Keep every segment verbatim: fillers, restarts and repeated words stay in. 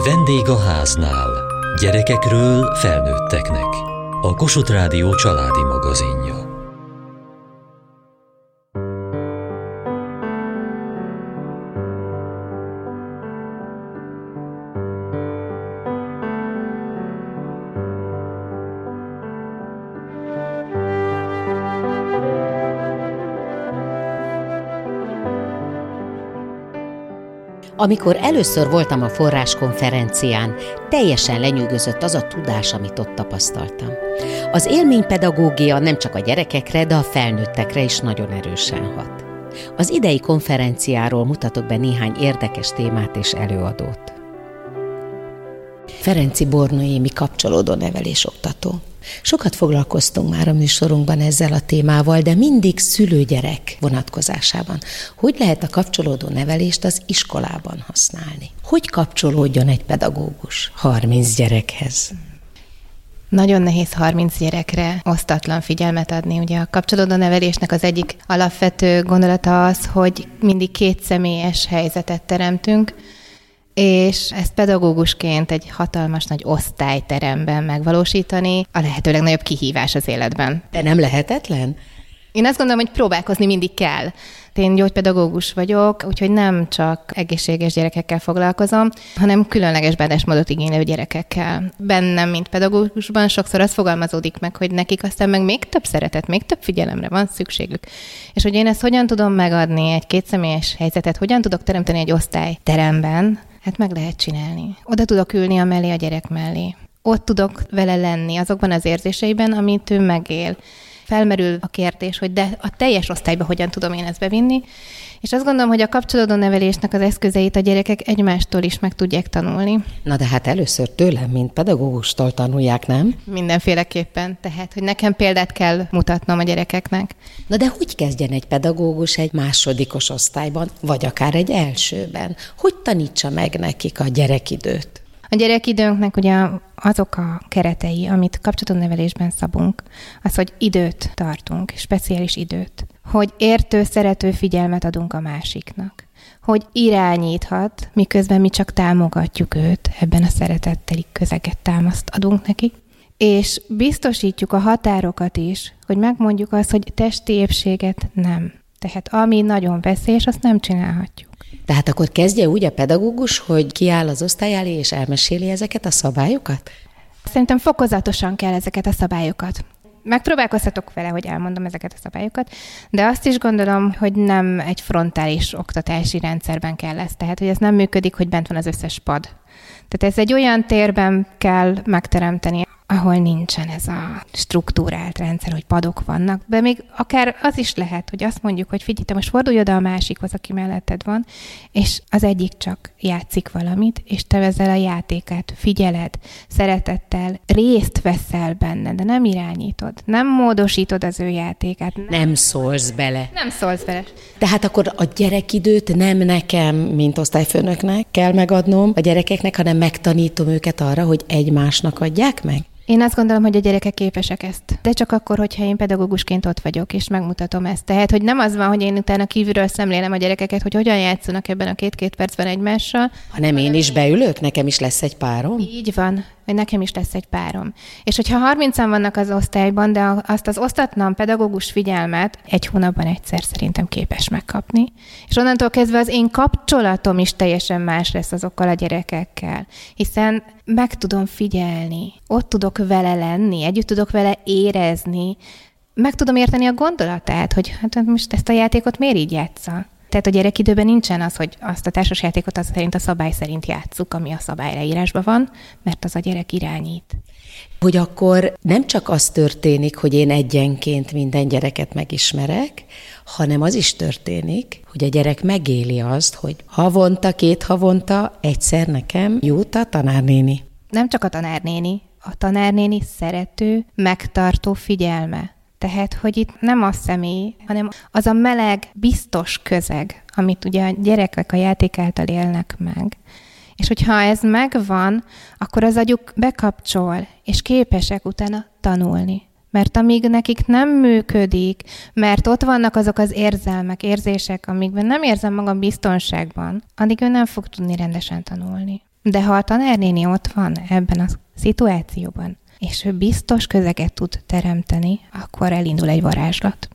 Vendég a háznál. Gyerekekről felnőtteknek. A Kossuth Rádió családi magazinja. Amikor először voltam a Forrás konferencián, teljesen lenyűgözött az a tudás, amit ott tapasztaltam. Az élménypedagógia nem csak a gyerekekre, de a felnőttekre is nagyon erősen hat. Az idei konferenciáról mutatok be néhány érdekes témát és előadót. Ferenczy Bornoémi kapcsolódó nevelésoktató. Sokat foglalkoztunk már a műsorunkban ezzel a témával, de mindig szülő-gyerek vonatkozásában. Hogy lehet a kapcsolódó nevelést az iskolában használni? Hogy kapcsolódjon egy pedagógus harminc gyerekhez? Nagyon nehéz harminc gyerekre osztatlan figyelmet adni. Ugye a kapcsolódó nevelésnek az egyik alapvető gondolata az, hogy mindig két személyes helyzetet teremtünk, és ezt pedagógusként egy hatalmas nagy osztályteremben megvalósítani a lehető legnagyobb kihívás az életben. De nem lehetetlen? Én azt gondolom, hogy próbálkozni mindig kell. Én gyógypedagógus vagyok, úgyhogy nem csak egészséges gyerekekkel foglalkozom, hanem különleges bánásmódot igénylő gyerekekkel. Bennem, mint pedagógusban sokszor az fogalmazódik meg, hogy nekik aztán meg még több szeretet, még több figyelemre van szükségük. És hogy én ezt hogyan tudom megadni, egy kétszemélyes helyzetet, hogyan tudok teremteni egy osztályteremben, hát meg lehet csinálni. Oda tudok ülni a mellé, a gyerek mellé. Ott tudok vele lenni azokban az érzéseiben, amit ő megél. Felmerül a kérdés, hogy de a teljes osztályba hogyan tudom én ezt bevinni, és azt gondolom, hogy a kapcsolódó nevelésnek az eszközeit a gyerekek egymástól is meg tudják tanulni. Na de hát először tőlem, mint pedagógustól tanulják, nem? Mindenféleképpen, tehát, hogy nekem példát kell mutatnom a gyerekeknek. Na de hogy kezdjen egy pedagógus egy másodikos osztályban, vagy akár egy elsőben? Hogy tanítsa meg nekik a gyerekidőt? A gyerekidőnknek ugye azok a keretei, amit kapcsolatnevelésben szabunk, az, hogy időt tartunk, speciális időt, hogy értő, szerető figyelmet adunk a másiknak, hogy irányíthat, miközben mi csak támogatjuk őt, ebben a szeretetteli közeget támaszt adunk neki, és biztosítjuk a határokat is, hogy megmondjuk azt, hogy testi épséget nem. Tehát ami nagyon veszélyes, azt nem csinálhatjuk. Tehát akkor kezdje úgy a pedagógus, hogy kiáll az osztály elé és elmeséli ezeket a szabályokat? Szerintem fokozatosan kell ezeket a szabályokat. Megpróbálkozhatok vele, hogy elmondom ezeket a szabályokat, de azt is gondolom, hogy nem egy frontális oktatási rendszerben kell ez. Tehát, hogy ez nem működik, hogy bent van az összes pad. Tehát ez egy olyan térben kell megteremteni, ahol nincsen ez a struktúrált rendszer, hogy padok vannak, de még akár az is lehet, hogy azt mondjuk, hogy figyelj, te most fordulj oda a másikhoz, aki melletted van, és az egyik csak játszik valamit, és te ezzel a játékát figyeled, szeretettel, részt veszel benne, de nem irányítod, nem módosítod az ő játékát. Nem, nem szólsz bele. Nem szólsz bele. Tehát akkor a gyerekidőt nem nekem, mint osztályfőnöknek kell megadnom a gyerekeknek, hanem megtanítom őket arra, hogy egymásnak adják meg? Én azt gondolom, hogy a gyerekek képesek ezt. De csak akkor, hogyha én pedagógusként ott vagyok, és megmutatom ezt. Tehát, hogy nem az van, hogy én utána kívülről szemlélem a gyerekeket, hogy hogyan játszanak ebben a két-két percben egymással. Hanem én is beülök, nekem is lesz egy párom? Így van, hogy nekem is lesz egy párom. És hogyha harmincan vannak az osztályban, de azt az osztatlan pedagógus figyelmet egy hónapban egyszer szerintem képes megkapni. És onnantól kezdve az én kapcsolatom is teljesen más lesz azokkal a gyerekekkel. Hiszen meg tudom figyelni, ott tudok vele lenni, együtt tudok vele érezni, meg tudom érteni a gondolatát, hogy hát most ezt a játékot miért így játssza. Tehát a gyerekidőben nincsen az, hogy azt a társasjátékot az szerint a szabály szerint játsszuk, ami a szabályleírásban van, mert az a gyerek irányít. Hogy akkor nem csak az történik, hogy én egyenként minden gyereket megismerek, hanem az is történik, hogy a gyerek megéli azt, hogy havonta, két havonta egyszer nekem jut a tanárnéni. Nem csak a tanárnéni, a tanárnéni szerető, megtartó figyelme. Tehát, hogy itt nem a személy, hanem az a meleg, biztos közeg, amit ugye a gyerekek a játék által élnek meg. És hogyha ez megvan, akkor az agyuk bekapcsol, és képesek utána tanulni. Mert amíg nekik nem működik, mert ott vannak azok az érzelmek, érzések, amikben nem érzem magam biztonságban, addig ő nem fog tudni rendesen tanulni. De ha a tanárnéni ott van ebben a szituációban, és ő biztos közeget tud teremteni, akkor elindul egy varázslat.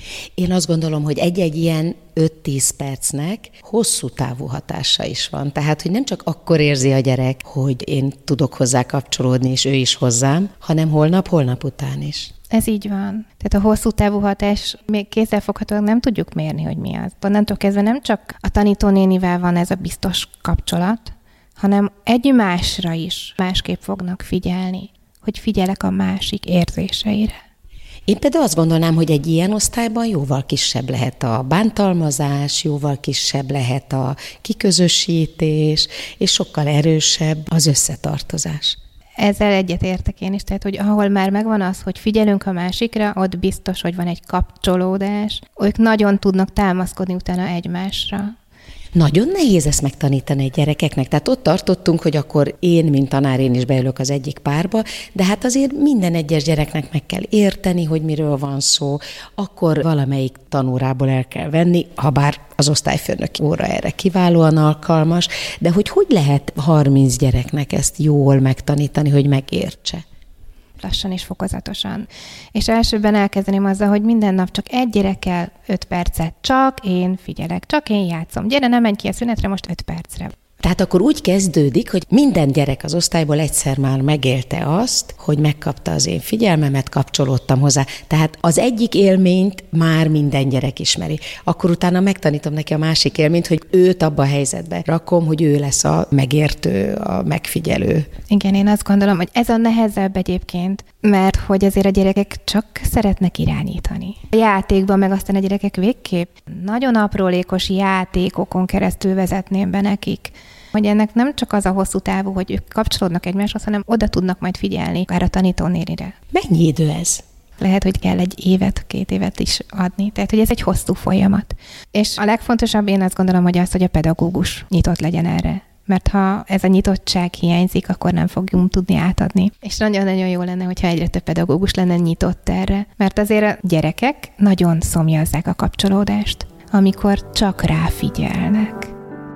Én azt gondolom, hogy egy-egy ilyen öt-tíz percnek hosszú távú hatása is van. Tehát, hogy nem csak akkor érzi a gyerek, hogy én tudok hozzá kapcsolódni, és ő is hozzám, hanem holnap, holnap után is. Ez így van. Tehát a hosszú távú hatás még kézzelfoghatóan nem tudjuk mérni, hogy mi az. Onnantól kezdve nem csak a tanítónénivel van ez a biztos kapcsolat, hanem egymásra is másképp fognak figyelni, hogy figyelek a másik érzéseire. Én például azt gondolnám, hogy egy ilyen osztályban jóval kisebb lehet a bántalmazás, jóval kisebb lehet a kiközösítés, és sokkal erősebb az összetartozás. Ezzel egyetértek én is, tehát, hogy ahol már megvan az, hogy figyelünk a másikra, ott biztos, hogy van egy kapcsolódás. Ők nagyon tudnak támaszkodni utána egymásra. Nagyon nehéz ezt megtanítani egy gyerekeknek. Tehát ott tartottunk, hogy akkor én, mint tanár, én is beülök az egyik párba, de hát azért minden egyes gyereknek meg kell érteni, hogy miről van szó, akkor valamelyik tanórából el kell venni, ha bár az osztályfőnök óra erre kiválóan alkalmas, de hogy hogy lehet harminc gyereknek ezt jól megtanítani, hogy megértse? Lassan és fokozatosan. És elsőben elkezdeném azzal, hogy minden nap csak egy gyerekkel öt percet. Csak én figyelek, csak én játszom. Gyere, ne menj ki a szünetre, most öt percre. Tehát akkor úgy kezdődik, hogy minden gyerek az osztályból egyszer már megélte azt, hogy megkapta az én figyelmemet, kapcsolódtam hozzá. Tehát az egyik élményt már minden gyerek ismeri. Akkor utána megtanítom neki a másik élményt, hogy őt abba a helyzetbe rakom, hogy ő lesz a megértő, a megfigyelő. Igen, én azt gondolom, hogy ez a nehezebb egyébként, mert hogy azért a gyerekek csak szeretnek irányítani. A játékban meg aztán a gyerekek végképp nagyon aprólékos játékokon keresztül vezetném be nekik, hogy ennek nem csak az a hosszú távú, hogy ők kapcsolódnak egymáshoz, hanem oda tudnak majd figyelni, akár a tanítónérire. Mennyi idő ez? Lehet, hogy kell egy évet, két évet is adni. Tehát, hogy ez egy hosszú folyamat. És a legfontosabb én azt gondolom, hogy az, hogy a pedagógus nyitott legyen erre. Mert ha ez a nyitottság hiányzik, akkor nem fogjuk tudni átadni. És nagyon-nagyon jó lenne, hogyha egyre több pedagógus lenne nyitott erre. Mert azért a gyerekek nagyon szomjazzák a kapcsolódást, amikor csak ráfigyelnek.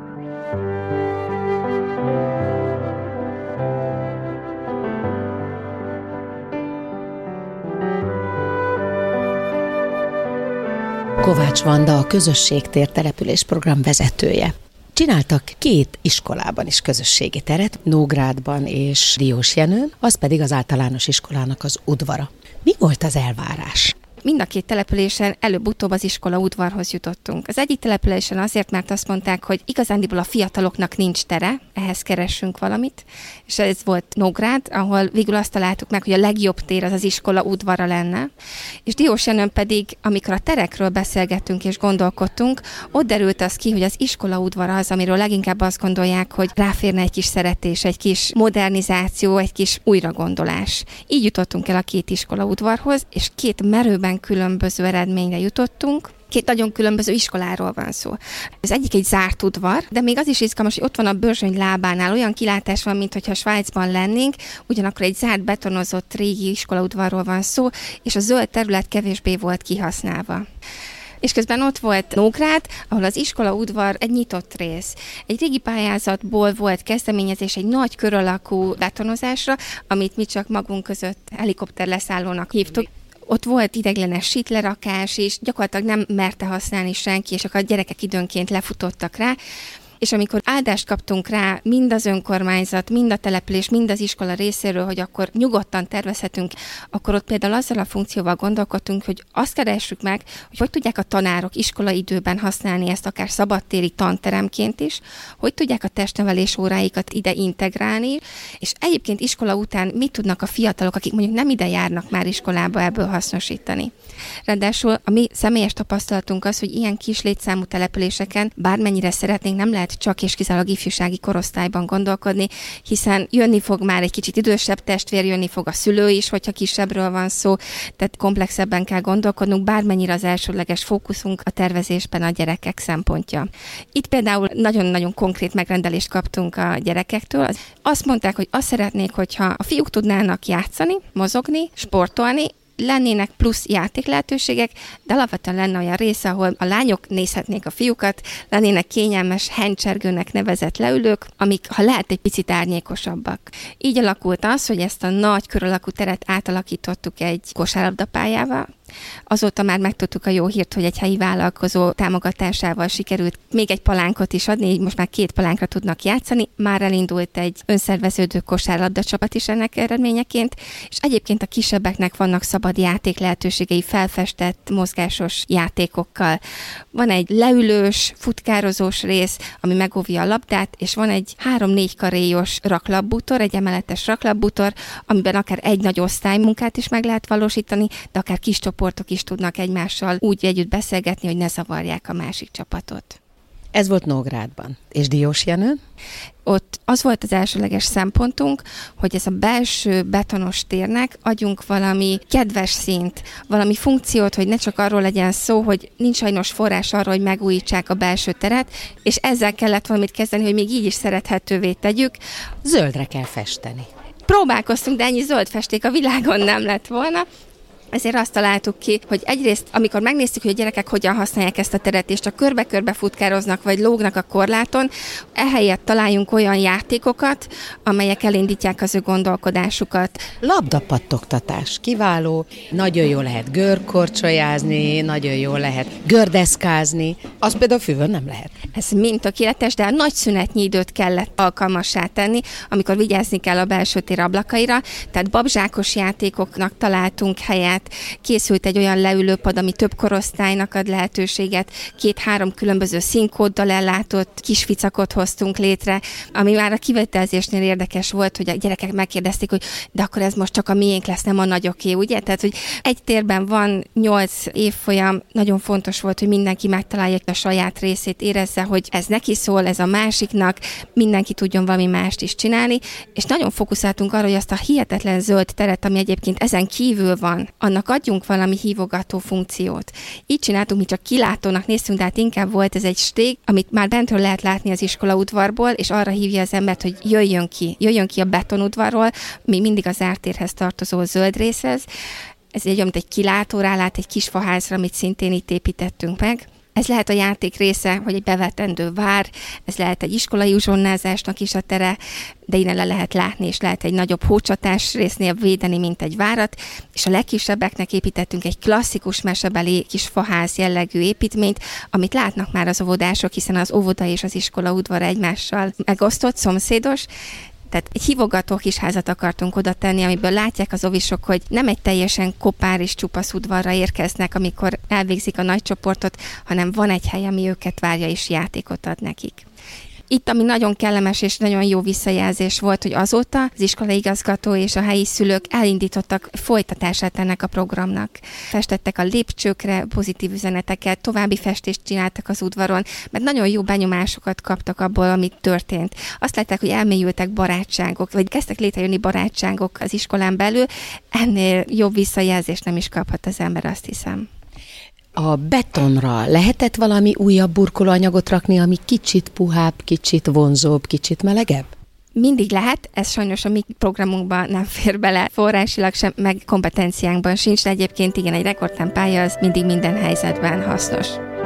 Kovács Vanda, a Közösségtér település program vezetője. Csináltak két iskolában is közösségi teret, Nógrádban és Diósjenőn, az pedig az általános iskolának az udvara. Mi volt az elvárás? Mind a két településen előbb-utóbb az iskola udvarhoz jutottunk. Az egyik településen azért, mert azt mondták, hogy igazándiból a fiataloknak nincs tere, ehhez keressünk valamit, és ez volt Nógrád, ahol végül azt találtuk meg, hogy a legjobb tér az az iskola udvara lenne. És Diósjenőn pedig, amikor a terekről beszélgettünk és gondolkodtunk, ott derült az ki, hogy az iskola udvara az, amiről leginkább azt gondolják, hogy ráférne egy kis szeretés, egy kis modernizáció, egy kis újragondolás. Így jutottunk el a két iskola udvarhoz, és két merőben különböző eredményre jutottunk. Két nagyon különböző iskoláról van szó. Az egyik egy zárt udvar, de még az is izgalmas, hogy ott van a Börzsöny lábánál, olyan kilátás van, mintha Svájcban lennénk, ugyanakkor egy zárt, betonozott régi iskolaudvarról van szó, és a zöld terület kevésbé volt kihasználva. És közben ott volt Nógrád, ahol az iskolaudvar egy nyitott rész. Egy régi pályázatból volt kezdeményezés egy nagy kör alakú betonozásra, amit mi csak magunk között helikopter leszállónak hívtuk. Ott volt ideiglenes sítlerakás is, gyakorlatilag nem merte használni senki, és csak a gyerekek időnként lefutottak rá. És amikor áldást kaptunk rá, mind az önkormányzat, mind a település, mind az iskola részéről, hogy akkor nyugodtan tervezhetünk, akkor ott például azzal a funkcióval gondolkodtunk, hogy azt keressük meg, hogy hogy tudják a tanárok iskolaidőben használni ezt akár szabadtéri tanteremként is, hogy tudják a testnevelés óráikat ide integrálni, és egyébként iskola után mit tudnak a fiatalok, akik mondjuk nem ide járnak már iskolába, ebből hasznosítani. Ráadásul a mi személyes tapasztalatunk az, hogy ilyen kis létszámú településeken bármennyire szeretnénk, nem lehet csak és kizárólag ifjúsági korosztályban gondolkodni, hiszen jönni fog már egy kicsit idősebb testvér, jönni fog a szülő is, hogyha kisebbről van szó, tehát komplexebben kell gondolkodnunk, bármennyire az elsődleges fókuszunk a tervezésben a gyerekek szempontja. Itt például nagyon-nagyon konkrét megrendelést kaptunk a gyerekektől. Azt mondták, hogy azt szeretnék, hogyha a fiúk tudnának játszani, mozogni, sportolni, lennének plusz játéklehetőségek, de alapvetően lenne olyan része, ahol a lányok nézhetnék a fiúkat, lennének kényelmes hencsergőnek nevezett leülők, amik, ha lehet, egy picit árnyékosabbak. Így alakult az, hogy ezt a nagy kör alakú teret átalakítottuk egy kosárlabdapályával. Azóta már megtudtuk a jó hírt, hogy egy helyi vállalkozó támogatásával sikerült még egy palánkot is adni, így most már két palánkra tudnak játszani. Már elindult egy önszerveződő kosárlabda csapat is ennek eredményeként, és egyébként a kisebbeknek vannak szabad játék lehetőségei felfestett, mozgásos játékokkal. Van egy leülős, futkározós rész, ami megóvja a labdát, és van egy három-négy karéjos raklapbútor, egy emeletes raklapbútor, amiben akár egy nagy osztálymunkát is meg lehet valósítani, de akár kis csoportok is tudnak egymással úgy együtt beszélgetni, hogy ne zavarják a másik csapatot. Ez volt Nógrádban. És Diós Jenő? Ott az volt az elsőleges szempontunk, hogy ez a belső betonos térnek adjunk valami kedves színt, valami funkciót, hogy ne csak arról legyen szó, hogy nincs sajnos forrás arra, hogy megújítsák a belső teret, és ezzel kellett valamit kezdeni, hogy még így is szerethetővé tegyük. Zöldre kell festeni. Próbálkoztunk, de ennyi zöld festék a világon nem lett volna. Ezért azt találtuk ki, hogy egyrészt, amikor megnéztük, hogy a gyerekek hogyan használják ezt a teret, és csak körbe-körbe futkároznak, vagy lógnak a korláton, ehelyett találjunk olyan játékokat, amelyek elindítják az ő gondolkodásukat. Labdapattogtatás, kiváló, nagyon jól lehet görkorcsolyázni, nagyon jól lehet gördeszkázni, az például füvön nem lehet. Ez mind tökéletes, de nagy szünetnyi időt kellett alkalmassá tenni, amikor vigyázni kell a belső tér ablakaira, tehát babzsákos játékoknak találtunk helyet. Készült egy olyan leülőpad, ami több korosztálynak ad lehetőséget, két-három különböző színkóddal ellátott kis ficakot hoztunk létre, ami már a kivételezésnél érdekes volt, hogy a gyerekek megkérdezték, hogy de akkor ez most csak a miénk lesz, nem a nagyoké, ugye? Tehát, hogy egy térben van nyolc évfolyam, nagyon fontos volt, hogy mindenki megtalálja a saját részét, érezze, hogy ez neki szól, ez a másiknak, mindenki tudjon valami mást is csinálni, és nagyon fókuszáltunk arra, hogy azt a hihetetlen zöld teret, ami egyébként ezen kívül van, annak adjunk valami hívogató funkciót. Így csináltunk, mi csak kilátónak néztünk, de hát inkább volt ez egy stég, amit már bentről lehet látni az iskola udvarból, és arra hívja az embert, hogy jöjjön ki, jöjjön ki a betonudvarról, mi mindig az ártérhez tartozó zöld részhez. Ez egy olyan, mint egy kilátó, rálát egy kis faházra, amit szintén itt építettünk meg. Ez lehet a játék része, hogy egy bevetendő vár, ez lehet egy iskolai uzsonnázásnak is a tere, de innen le lehet látni, és lehet egy nagyobb hócsatás résznél védeni, mint egy várat, és a legkisebbeknek építettünk egy klasszikus mesebeli kis faház jellegű építményt, amit látnak már az óvodások, hiszen az óvoda és az iskola udvara egymással megosztott, szomszédos. Tehát egy hívogató kis házat akartunk oda tenni, amiből látják az ovisok, hogy nem egy teljesen kopár és csupasz udvarra érkeznek, amikor elvégzik a nagy csoportot, hanem van egy hely, ami őket várja és játékot ad nekik. Itt, ami nagyon kellemes és nagyon jó visszajelzés volt, hogy azóta az iskolai igazgató és a helyi szülők elindítottak folytatását ennek a programnak. Festettek a lépcsőkre pozitív üzeneteket, további festést csináltak az udvaron, mert nagyon jó benyomásokat kaptak abból, amit történt. Azt látták, hogy elmélyültek barátságok, vagy kezdtek létrejönni barátságok az iskolán belül, ennél jobb visszajelzést nem is kaphat az ember, azt hiszem. A betonra lehetett valami újabb burkolóanyagot rakni, ami kicsit puhább, kicsit vonzóbb, kicsit melegebb? Mindig lehet, ez sajnos a mi programunkban nem fér bele, forrásilag sem, meg kompetenciánkban sincs, de egyébként igen, egy rekordtempálya az mindig minden helyzetben hasznos.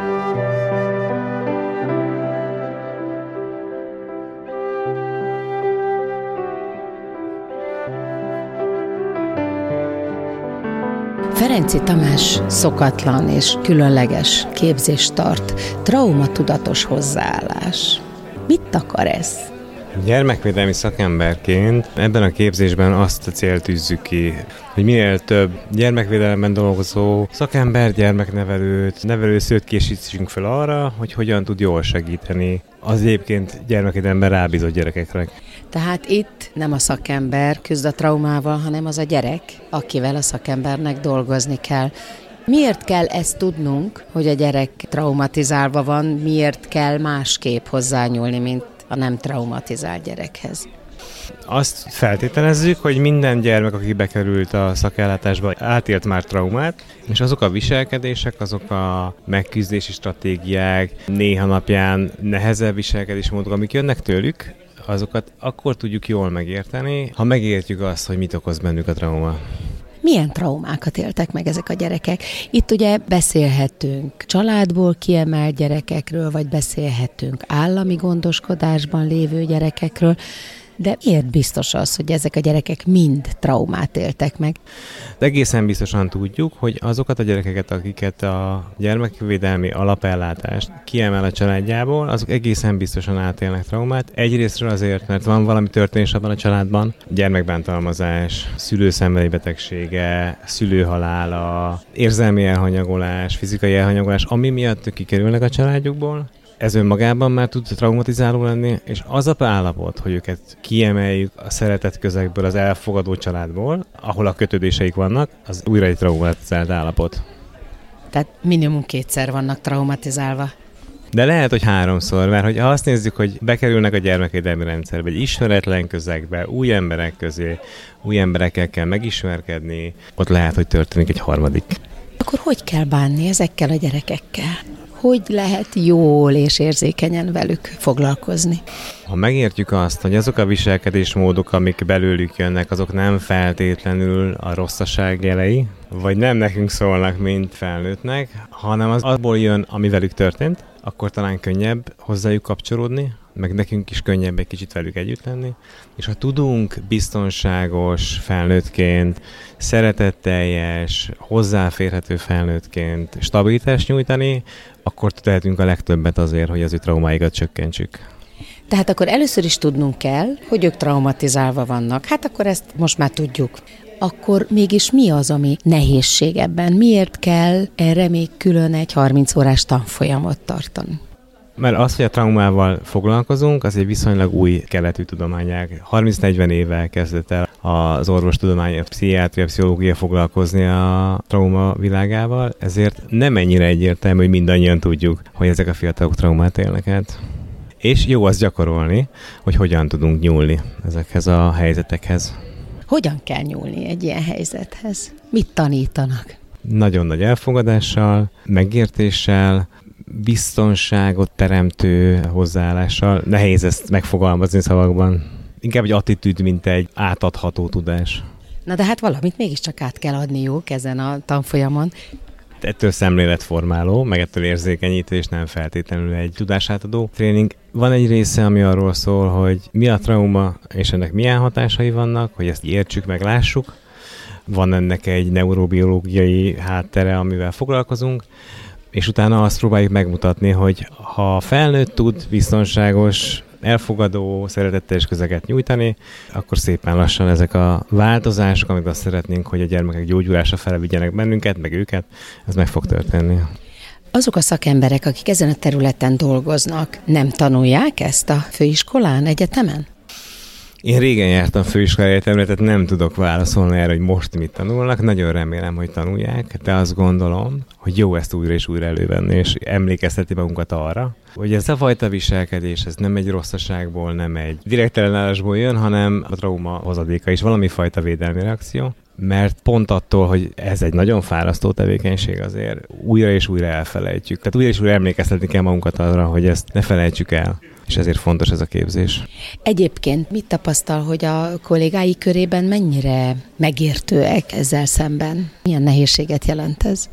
Ferenczy Tamás szokatlan és különleges képzést tart, traumatudatos hozzáállás. Mit akar ez? Gyermekvédelmi szakemberként ebben a képzésben azt a célt tűzzük ki, hogy minél több gyermekvédelemben dolgozó szakember, gyermeknevelőt, nevelőszülőt készítsünk fel arra, hogy hogyan tud jól segíteni az egyébként gyermekvédelemben rábízott gyerekekre. Tehát itt nem a szakember küzd a traumával, hanem az a gyerek, akivel a szakembernek dolgozni kell. Miért kell ezt tudnunk, hogy a gyerek traumatizálva van, miért kell másképp hozzányúlni, mint a nem traumatizált gyerekhez? Azt feltételezzük, hogy minden gyermek, aki bekerült a szakellátásba, átélt már traumát, és azok a viselkedések, azok a megküzdési stratégiák, néha napján nehezebb viselkedésmódok, amik jönnek tőlük, azokat akkor tudjuk jól megérteni, ha megértjük azt, hogy mit okoz bennük a trauma. Milyen traumákat éltek meg ezek a gyerekek? Itt ugye beszélhetünk családból kiemelt gyerekekről, vagy beszélhetünk állami gondoskodásban lévő gyerekekről, de miért biztos az, hogy ezek a gyerekek mind traumát éltek meg? De egészen biztosan tudjuk, hogy azokat a gyerekeket, akiket a gyermekvédelmi alapellátást kiemel a családjából, azok egészen biztosan átélnek traumát. Egyrésztről azért, mert van valami történés abban a családban, gyermekbántalmazás, szülő szenvedély betegsége, szülő halála, érzelmi elhanyagolás, fizikai elhanyagolás, ami miatt kikerülnek a családjukból. Ez önmagában már tud traumatizáló lenni, és az a állapot, hogy őket kiemeljük a szeretett közegből, az elfogadó családból, ahol a kötődéseik vannak, az újra egy traumatizált állapot. Tehát minimum kétszer vannak traumatizálva. De lehet, hogy háromszor, mert hogy ha azt nézzük, hogy bekerülnek a gyermekvédelmi rendszerbe, egy ismeretlen közegbe, új emberek közé, új emberekkel kell megismerkedni, ott lehet, hogy történik egy harmadik. Akkor hogy kell bánni ezekkel a gyerekekkel? Hogy lehet jól és érzékenyen velük foglalkozni? Ha megértjük azt, hogy azok a viselkedésmódok, amik belőlük jönnek, azok nem feltétlenül a rosszaság jelei, vagy nem nekünk szólnak, mint felnőttnek, hanem az abból jön, ami velük történt, akkor talán könnyebb hozzájuk kapcsolódni, meg nekünk is könnyebb egy kicsit velük együtt lenni, és ha tudunk biztonságos felnőttként, szeretetteljes, hozzáférhető felnőttként stabilitást nyújtani, akkor tehetünk a legtöbbet azért, hogy az ő traumáikat csökkentsük. Tehát akkor először is tudnunk kell, hogy ők traumatizálva vannak. Hát akkor ezt most már tudjuk. Akkor mégis mi az, ami nehézség ebben? Miért kell erre még külön egy harminc órás tanfolyamot tartani? Mert az, hogy a traumával foglalkozunk, az egy viszonylag új keletű tudományág. harminc-negyven évvel kezdett el az orvostudomány, a pszichiátria, a pszichológia foglalkozni a trauma világával, ezért nem ennyire egyértelmű, hogy mindannyian tudjuk, hogy ezek a fiatalok traumát élnek át. És jó azt gyakorolni, hogy hogyan tudunk nyúlni ezekhez a helyzetekhez. Hogyan kell nyúlni egy ilyen helyzethez? Mit tanítanak? Nagyon nagy elfogadással, megértéssel, biztonságot teremtő hozzáállással. Nehéz ezt megfogalmazni szavakban. Inkább egy attitűd, mint egy átadható tudás. Na de hát valamit mégiscsak át kell adniuk ezen a tanfolyamon. Ettől szemléletformáló, meg ettől érzékenyítő, és nem feltétlenül egy tudásátadó tréning. Van egy része, ami arról szól, hogy mi a trauma, és ennek milyen hatásai vannak, hogy ezt értsük, meg lássuk. Van ennek egy neurobiológiai háttere, amivel foglalkozunk, és utána azt próbáljuk megmutatni, hogy ha a felnőtt tud biztonságos, elfogadó, szeretetteljes közeget nyújtani, akkor szépen lassan ezek a változások, amit azt szeretnénk, hogy a gyermekek gyógyulása fele vigyenek bennünket, meg őket, ez meg fog történni. Azok a szakemberek, akik ezen a területen dolgoznak, nem tanulják ezt a főiskolán, egyetemen? Én régen jártam főiskolai egyetemre, tehát nem tudok válaszolni erre, hogy most mit tanulnak. Nagyon remélem, hogy tanulják, de azt gondolom, hogy jó ezt újra és újra elővenni, és emlékezteti magunkat arra, hogy ez a fajta viselkedés, ez nem egy rosszaságból, nem egy direkt ellenállásból jön, hanem a trauma hozadéka is, valami fajta védelmi reakció. Mert pont attól, hogy ez egy nagyon fárasztó tevékenység, azért újra és újra elfelejtjük. Tehát újra és újra emlékeztetni kell magunkat arra, hogy ezt ne felejtsük el. És ezért fontos ez a képzés. Egyébként mit tapasztal, hogy a kollégái körében mennyire megértőek ezzel szemben? Milyen nehézséget jelent ez?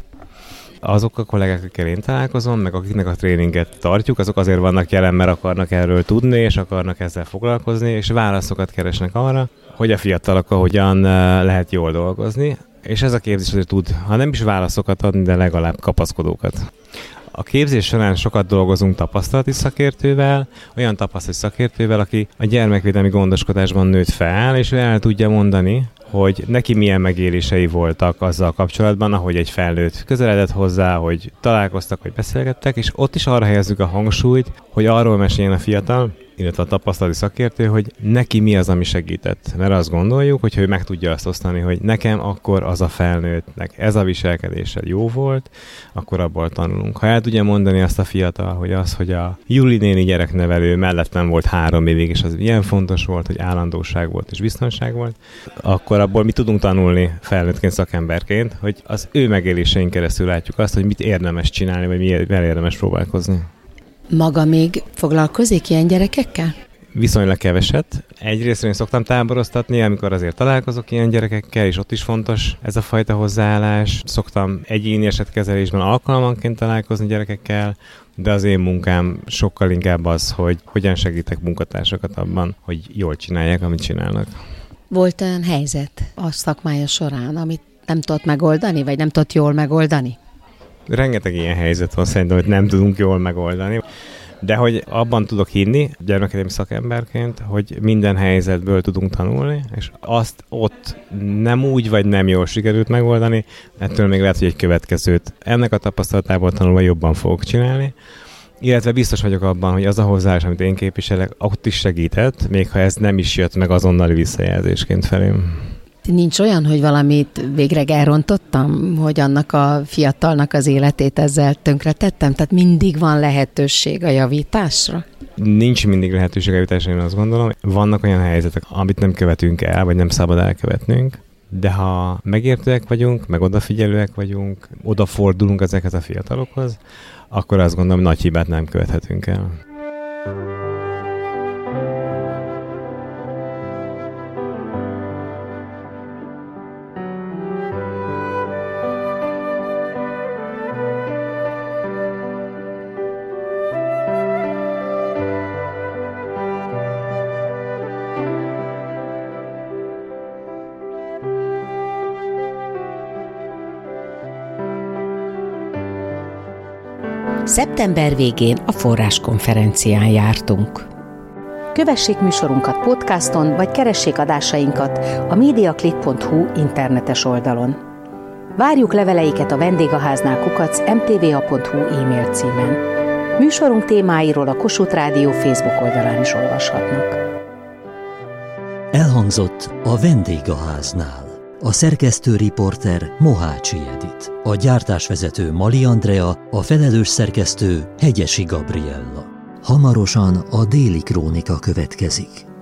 Azok a kollégák, akikkel én találkozom, meg akiknek a tréninget tartjuk, azok azért vannak jelen, mert akarnak erről tudni, és akarnak ezzel foglalkozni, és válaszokat keresnek arra, hogy a fiatalokkal hogyan lehet jól dolgozni, és ez a képzés azért tud, ha nem is válaszokat adni, de legalább kapaszkodókat. A képzés során sokat dolgozunk tapasztalati szakértővel, olyan tapasztalati szakértővel, aki a gyermekvédelmi gondoskodásban nőtt fel, és ő el tudja mondani, hogy neki milyen megélései voltak azzal kapcsolatban, ahogy egy felnőtt közeledett hozzá, hogy találkoztak, hogy beszélgettek, és ott is arra helyezzük a hangsúlyt, hogy arról meséljen a fiatal, illetve a tapasztalati szakértő, hogy neki mi az, ami segített. Mert azt gondoljuk, hogy ő meg tudja azt osztani, hogy nekem akkor az a felnőttnek ez a viselkedése jó volt, akkor abból tanulunk. Ha el tudja mondani azt a fiatal, hogy az, hogy a Juli néni gyereknevelő mellettem volt három évig, és az ilyen fontos volt, hogy állandóság volt és biztonság volt, akkor abból mi tudunk tanulni felnőttként, szakemberként, hogy az ő megéléseink keresztül látjuk azt, hogy mit érdemes csinálni, vagy mivel érdemes próbálkozni. Maga még foglalkozik ilyen gyerekekkel? viszonylag keveset. Egyrészt én szoktam táboroztatni, amikor azért találkozok ilyen gyerekekkel, és ott is fontos ez a fajta hozzáállás. Szoktam egyéni esetkezelésben alkalmanként találkozni gyerekekkel, de az én munkám sokkal inkább az, hogy hogyan segítek munkatársakat abban, hogy jól csinálják, amit csinálnak. Volt olyan helyzet a szakmája során, amit nem tudott megoldani, vagy nem tudott jól megoldani? Rengeteg ilyen helyzet van szerintem, hogy nem tudunk jól megoldani. De hogy abban tudok hinni, gyermekvédelmi szakemberként, hogy minden helyzetből tudunk tanulni, és azt ott nem úgy vagy nem jól sikerült megoldani, ettől még lehet, hogy egy következőt ennek a tapasztalatából tanulva jobban fogok csinálni. Illetve biztos vagyok abban, hogy az a hozzáállás, amit én képviselek, ott is segített, még ha ez nem is jött meg azonnali visszajelzésként felém. Nincs olyan, hogy valamit végre elrontottam, hogy annak a fiatalnak az életét ezzel tönkretettem? Tehát mindig van lehetőség a javításra? Nincs mindig lehetőség a javításra, én azt gondolom. Vannak olyan helyzetek, amit nem követünk el, vagy nem szabad elkövetnünk, de ha megértőek vagyunk, meg odafigyelőek vagyunk, odafordulunk ezekhez a fiatalokhoz, akkor azt gondolom, nagy hibát nem követhetünk el. Szeptember végén a Forrás konferencián jártunk. Kövessék műsorunkat podcaston, vagy keressék adásainkat a mediaclick pont hu internetes oldalon. Várjuk leveleiket a vendégháznál kukac em té vé á pont hu e-mail címen. Műsorunk témáiról a Kossuth Rádió Facebook oldalán is olvashatnak. Elhangzott a vendégháznál. A szerkesztő riporter Mohácsi Edit, a gyártásvezető Mali Andrea, a felelős szerkesztő Hegyesi Gabriella. Hamarosan a Déli Krónika következik.